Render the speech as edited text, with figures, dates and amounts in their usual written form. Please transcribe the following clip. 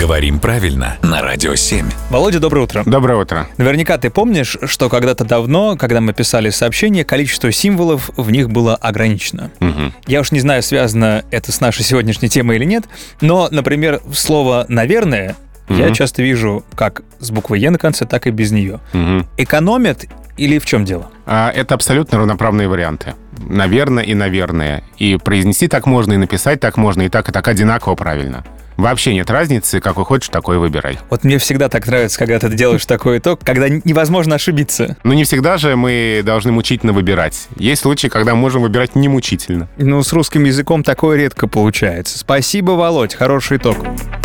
Говорим правильно на Радио 7. Володя, доброе утро. Доброе утро. Наверняка ты помнишь, что когда-то давно, когда мы писали сообщения, количество символов в них было ограничено. Я уж не знаю, связано это с нашей сегодняшней темой или нет, но, например, слово «наверное» я часто вижу как с буквой «е» на конце, так и без нее. Экономят или в чем дело? Это абсолютно равноправные варианты. Наверное и наверное. И произнести так можно, и написать так можно, и так одинаково правильно. Вообще нет разницы, какой хочешь, такой выбирай. Вот мне всегда так нравится, когда ты делаешь такой итог, когда невозможно ошибиться. Но не всегда же мы должны мучительно выбирать. Есть случаи, когда мы можем выбирать не мучительно. Ну, с русским языком такое редко получается. Спасибо, Володь, хороший итог.